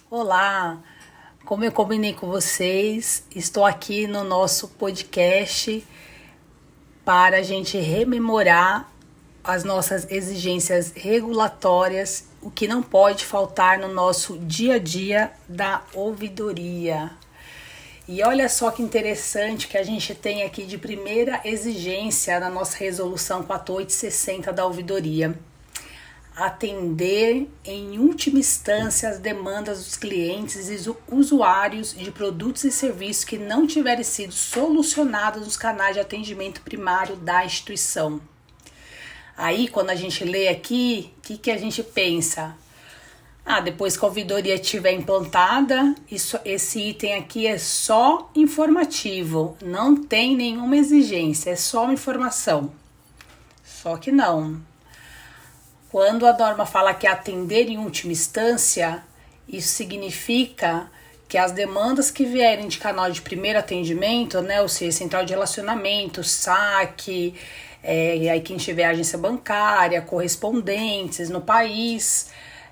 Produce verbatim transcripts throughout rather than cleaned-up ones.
Olá, como eu combinei com vocês, estou aqui no nosso podcast para a gente rememorar as nossas exigências regulatórias, o que não pode faltar no nosso dia a dia da ouvidoria. E olha só que interessante que a gente tem aqui de primeira exigência na nossa resolução quatro mil oitocentos e sessenta da ouvidoria. Atender, em última instância, as demandas dos clientes e usuários de produtos e serviços que não tiverem sido solucionados nos canais de atendimento primário da instituição. Aí, quando a gente lê aqui, o que, que a gente pensa? Ah, depois que a ouvidoria estiver implantada, isso, esse item aqui é só informativo, não tem nenhuma exigência, é só uma informação. Só que não. Quando a norma fala que atender em última instância, isso significa que as demandas que vierem de canal de primeiro atendimento, né, ou seja, central de relacionamento, saque, é, aí quem tiver agência bancária, correspondentes no país,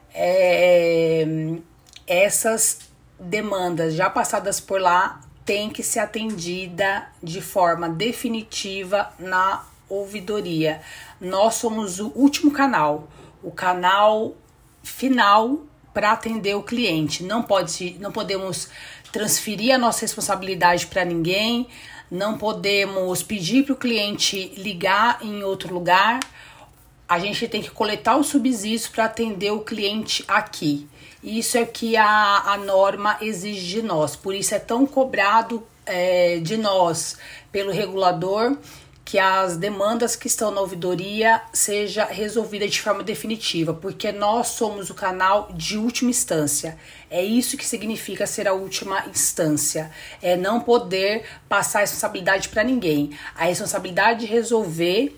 é, essas demandas já passadas por lá têm que ser atendida de forma definitiva na ouvidoria. Nós somos o último canal, o canal final para atender o cliente. Não pode, não podemos transferir a nossa responsabilidade para ninguém, não podemos pedir para o cliente ligar em outro lugar. A gente tem que coletar os subsídios para atender o cliente aqui. Isso é o que a, a norma exige de nós. Por isso é tão cobrado é, de nós pelo regulador que as demandas que estão na ouvidoria seja resolvida de forma definitiva, porque nós somos o canal de última instância. É isso que significa ser a última instância. É não poder passar a responsabilidade para ninguém. A responsabilidade de resolver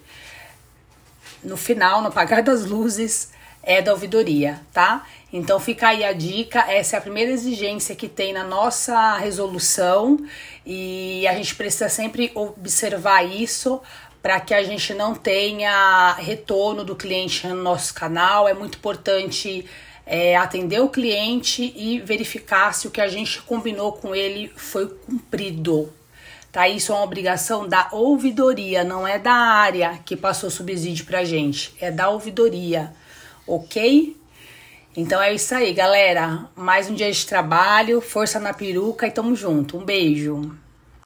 no final, no apagar das luzes, é da ouvidoria, tá? Então fica aí a dica, essa é a primeira exigência que tem na nossa resolução e a gente precisa sempre observar isso para que a gente não tenha retorno do cliente no nosso canal. É muito importante é, atender o cliente e verificar se o que a gente combinou com ele foi cumprido. Tá, isso é uma obrigação da ouvidoria, não é da área que passou subsídio pra gente, é da ouvidoria, ok? Então é isso aí, galera. Mais um dia de trabalho, força na peruca e tamo junto. Um beijo.